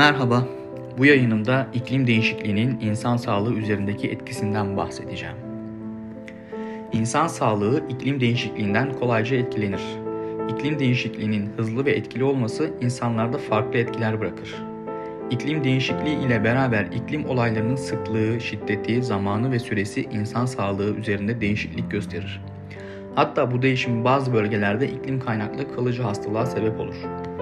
Merhaba, bu yayınımda iklim değişikliğinin insan sağlığı üzerindeki etkisinden bahsedeceğim. İnsan sağlığı iklim değişikliğinden kolayca etkilenir. İklim değişikliğinin hızlı ve etkili olması insanlarda farklı etkiler bırakır. İklim değişikliği ile beraber iklim olaylarının sıklığı, şiddeti, zamanı ve süresi insan sağlığı üzerinde değişiklik gösterir. Hatta bu değişim bazı bölgelerde iklim kaynaklı kalıcı hastalığa sebep olur.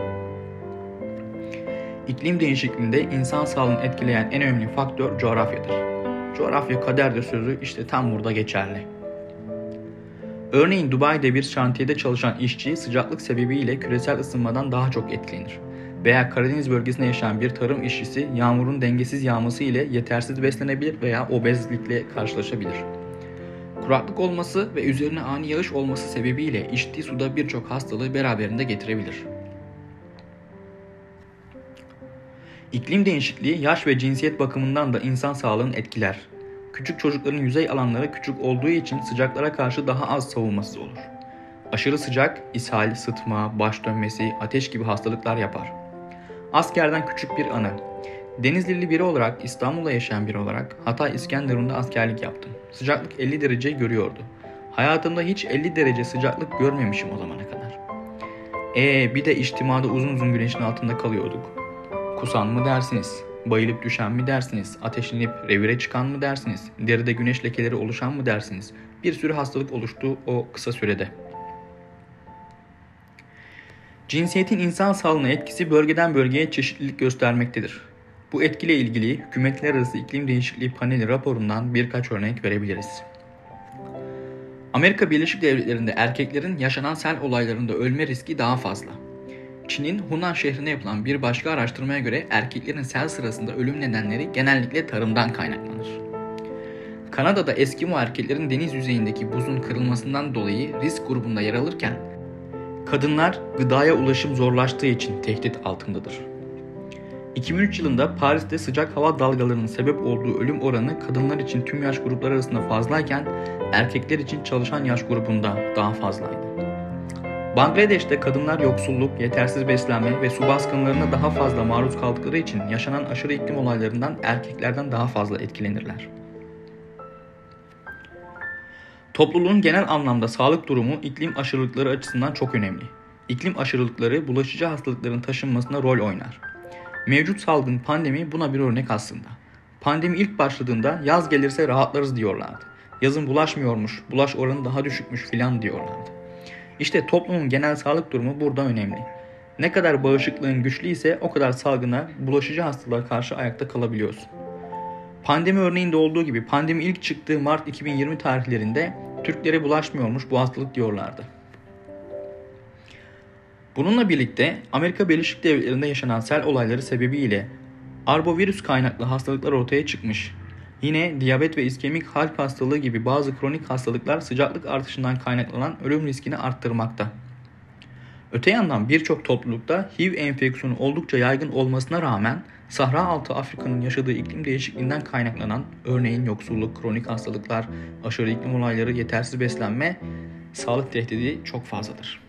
İklim değişikliğinde insan sağlığını etkileyen en önemli faktör coğrafyadır. Coğrafya kaderdir sözü işte tam burada geçerli. Örneğin Dubai'de bir şantiyede çalışan işçi sıcaklık sebebiyle küresel ısınmadan daha çok etkilenir. Veya Karadeniz bölgesinde yaşayan bir tarım işçisi yağmurun dengesiz yağması ile yetersiz beslenebilir veya obezlikle karşılaşabilir. Kuraklık olması ve üzerine ani yağış olması sebebiyle içtiği suda birçok hastalığı beraberinde getirebilir. İklim değişikliği yaş ve cinsiyet bakımından da insan sağlığını etkiler. Küçük çocukların yüzey alanları küçük olduğu için sıcaklara karşı daha az savunmasız olur. Aşırı sıcak, ishal, sıtma, baş dönmesi, ateş gibi hastalıklar yapar. Askerden küçük bir anı. Denizlili biri olarak, İstanbul'da yaşayan biri olarak Hatay İskenderun'da askerlik yaptım. Sıcaklık 50 derece görüyordu. Hayatımda hiç 50 derece sıcaklık görmemişim o zamana kadar. Bir de içtimada uzun uzun güneşin altında kalıyorduk. Kusan mı dersiniz? Bayılıp düşen mi dersiniz? Ateşlenip revire çıkan mı dersiniz? Deride güneş lekeleri oluşan mı dersiniz? Bir sürü hastalık oluştu o kısa sürede. Cinsiyetin insan sağlığına etkisi bölgeden bölgeye çeşitlilik göstermektedir. Bu etkiyle ilgili Hükümetler Arası İklim Değişikliği Paneli raporundan birkaç örnek verebiliriz. Amerika Birleşik Devletleri'nde erkeklerin yaşanan sel olaylarında ölme riski daha fazla. Çin'in Hunan şehrine yapılan bir başka araştırmaya göre erkeklerin sel sırasında ölüm nedenleri genellikle tarımdan kaynaklanır. Kanada'da Eskimo erkeklerin deniz yüzeyindeki buzun kırılmasından dolayı risk grubunda yer alırken, kadınlar gıdaya ulaşım zorlaştığı için tehdit altındadır. 2003 yılında Paris'te sıcak hava dalgalarının sebep olduğu ölüm oranı kadınlar için tüm yaş grupları arasında fazlayken erkekler için çalışan yaş grubunda daha fazlaydı. Bangladeş'te kadınlar yoksulluk, yetersiz beslenme ve su baskınlarına daha fazla maruz kaldıkları için yaşanan aşırı iklim olaylarından erkeklerden daha fazla etkilenirler. Topluluğun genel anlamda sağlık durumu iklim aşırılıkları açısından çok önemli. İklim aşırılıkları bulaşıcı hastalıkların taşınmasına rol oynar. Mevcut salgın pandemi buna bir örnek aslında. Pandemi ilk başladığında yaz gelirse rahatlarız diyorlardı. Yazın bulaşmıyormuş, bulaş oranı daha düşükmüş filan diyorlardı. İşte toplumun genel sağlık durumu burada önemli. Ne kadar bağışıklığın güçlü ise o kadar salgına, bulaşıcı hastalığa karşı ayakta kalabiliyorsun. Pandemi örneğinde olduğu gibi pandemi ilk çıktığı Mart 2020 tarihlerinde Türklere bulaşmıyormuş bu hastalık diyorlardı. Bununla birlikte Amerika Birleşik Devletleri'nde yaşanan sel olayları sebebiyle arbovirüs kaynaklı hastalıklar ortaya çıkmış. Yine diyabet ve iskemik kalp hastalığı gibi bazı kronik hastalıklar sıcaklık artışından kaynaklanan ölüm riskini arttırmakta. Öte yandan birçok toplulukta HIV enfeksiyonu oldukça yaygın olmasına rağmen Sahra altı Afrika'nın yaşadığı iklim değişikliğinden kaynaklanan örneğin yoksulluk, kronik hastalıklar, aşırı iklim olayları, yetersiz beslenme, sağlık tehdidi çok fazladır.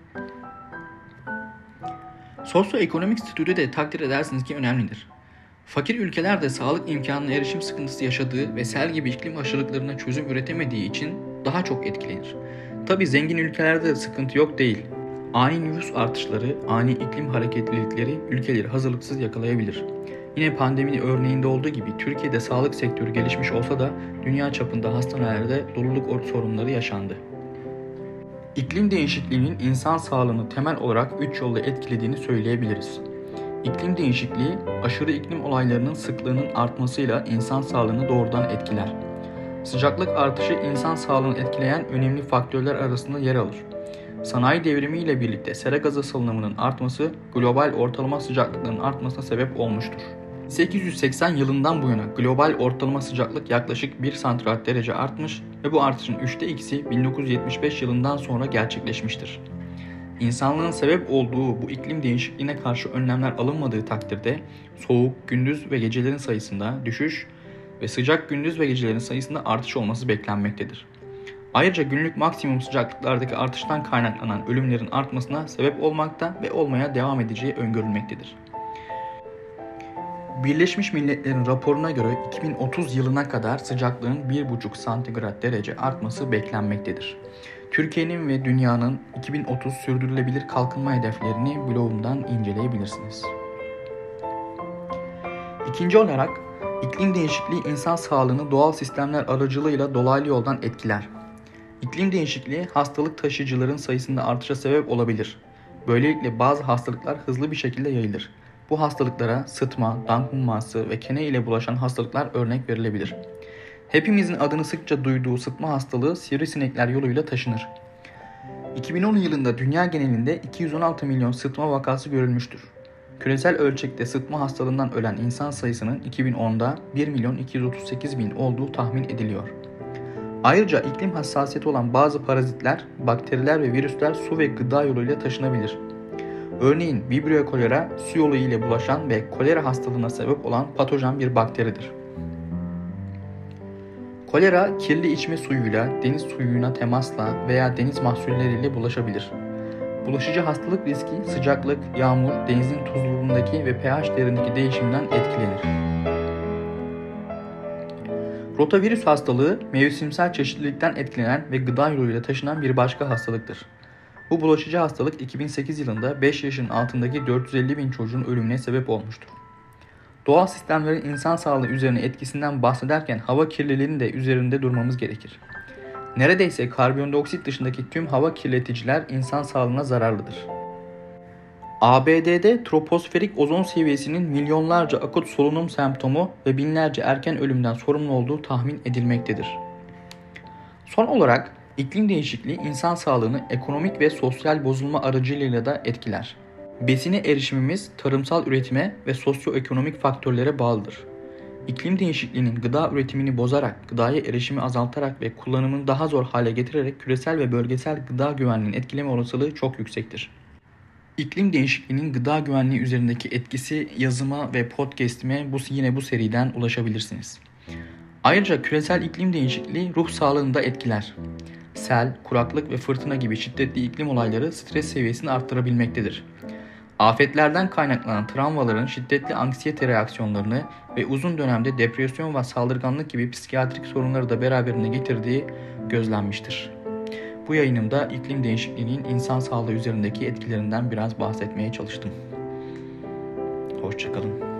Sosyoekonomik statüde de takdir edersiniz ki önemlidir. Fakir ülkelerde sağlık imkanına erişim sıkıntısı yaşadığı ve sel gibi iklim aşırılıklarına çözüm üretemediği için daha çok etkilenir. Tabi zengin ülkelerde de sıkıntı yok değil. Ani nüfus artışları, ani iklim hareketlilikleri ülkeleri hazırlıksız yakalayabilir. Yine pandemi örneğinde olduğu gibi Türkiye'de sağlık sektörü gelişmiş olsa da dünya çapında hastanelerde doluluk sorunları yaşandı. İklim değişikliğinin insan sağlığını temel olarak 3 yolla etkilediğini söyleyebiliriz. İklim değişikliği, aşırı iklim olaylarının sıklığının artmasıyla insan sağlığını doğrudan etkiler. Sıcaklık artışı insan sağlığını etkileyen önemli faktörler arasında yer alır. Sanayi devrimi ile birlikte sera gazı salınımının artması, global ortalama sıcaklıkların artmasına sebep olmuştur. 1880 yılından bu yana global ortalama sıcaklık yaklaşık 1 santigrat derece artmış ve bu artışın 2/3'ü 1975 yılından sonra gerçekleşmiştir. İnsanlığın sebep olduğu bu iklim değişikliğine karşı önlemler alınmadığı takdirde soğuk gündüz ve gecelerin sayısında düşüş ve sıcak gündüz ve gecelerin sayısında artış olması beklenmektedir. Ayrıca günlük maksimum sıcaklıklardaki artıştan kaynaklanan ölümlerin artmasına sebep olmakta ve olmaya devam edeceği öngörülmektedir. Birleşmiş Milletler'in raporuna göre 2030 yılına kadar sıcaklığın 1,5 santigrat derece artması beklenmektedir. Türkiye'nin ve dünyanın 2030 sürdürülebilir kalkınma hedeflerini blogumdan inceleyebilirsiniz. İkinci olarak, iklim değişikliği insan sağlığını doğal sistemler aracılığıyla dolaylı yoldan etkiler. İklim değişikliği hastalık taşıyıcıların sayısında artışa sebep olabilir. Böylelikle bazı hastalıklar hızlı bir şekilde yayılır. Bu hastalıklara sıtma, damp humması ve kene ile bulaşan hastalıklar örnek verilebilir. Hepimizin adını sıkça duyduğu sıtma hastalığı sivrisinekler yoluyla taşınır. 2010 yılında dünya genelinde 216 milyon sıtma vakası görülmüştür. Küresel ölçekte sıtma hastalığından ölen insan sayısının 2010'da 1 milyon 238 bin olduğu tahmin ediliyor. Ayrıca iklim hassasiyeti olan bazı parazitler, bakteriler ve virüsler su ve gıda yoluyla taşınabilir. Örneğin Vibrio kolera su yolu ile bulaşan ve kolera hastalığına sebep olan patojen bir bakteridir. Kolera kirli içme suyuyla, deniz suyuna temasla veya deniz mahsulleriyle bulaşabilir. Bulaşıcı hastalık riski sıcaklık, yağmur, denizin tuzluluğundaki ve pH değerindeki değişimden etkilenir. Rotavirüs hastalığı mevsimsel çeşitlilikten etkilenen ve gıda yoluyla taşınan bir başka hastalıktır. Bu bulaşıcı hastalık 2008 yılında 5 yaşın altındaki 450 bin çocuğun ölümüne sebep olmuştur. Doğal sistemlerin insan sağlığı üzerine etkisinden bahsederken hava kirliliğinin de üzerinde durmamız gerekir. Neredeyse karbondioksit dışındaki tüm hava kirleticiler insan sağlığına zararlıdır. ABD'de troposferik ozon seviyesinin milyonlarca akut solunum semptomu ve binlerce erken ölümden sorumlu olduğu tahmin edilmektedir. Son olarak iklim değişikliği insan sağlığını ekonomik ve sosyal bozulma aracılığıyla da etkiler. Besine erişimimiz tarımsal üretime ve sosyoekonomik faktörlere bağlıdır. İklim değişikliğinin gıda üretimini bozarak, gıdaya erişimi azaltarak ve kullanımını daha zor hale getirerek küresel ve bölgesel gıda güvenliğini etkileme olasılığı çok yüksektir. İklim değişikliğinin gıda güvenliği üzerindeki etkisi yazıma ve podcast'ime yine bu seriden ulaşabilirsiniz. Ayrıca küresel iklim değişikliği ruh sağlığını da etkiler. Sel, kuraklık ve fırtına gibi şiddetli iklim olayları stres seviyesini arttırabilmektedir. Afetlerden kaynaklanan travmaların şiddetli anksiyete reaksiyonlarını ve uzun dönemde depresyon ve saldırganlık gibi psikiyatrik sorunları da beraberinde getirdiği gözlenmiştir. Bu yayınımda iklim değişikliğinin insan sağlığı üzerindeki etkilerinden biraz bahsetmeye çalıştım. Hoşça kalın.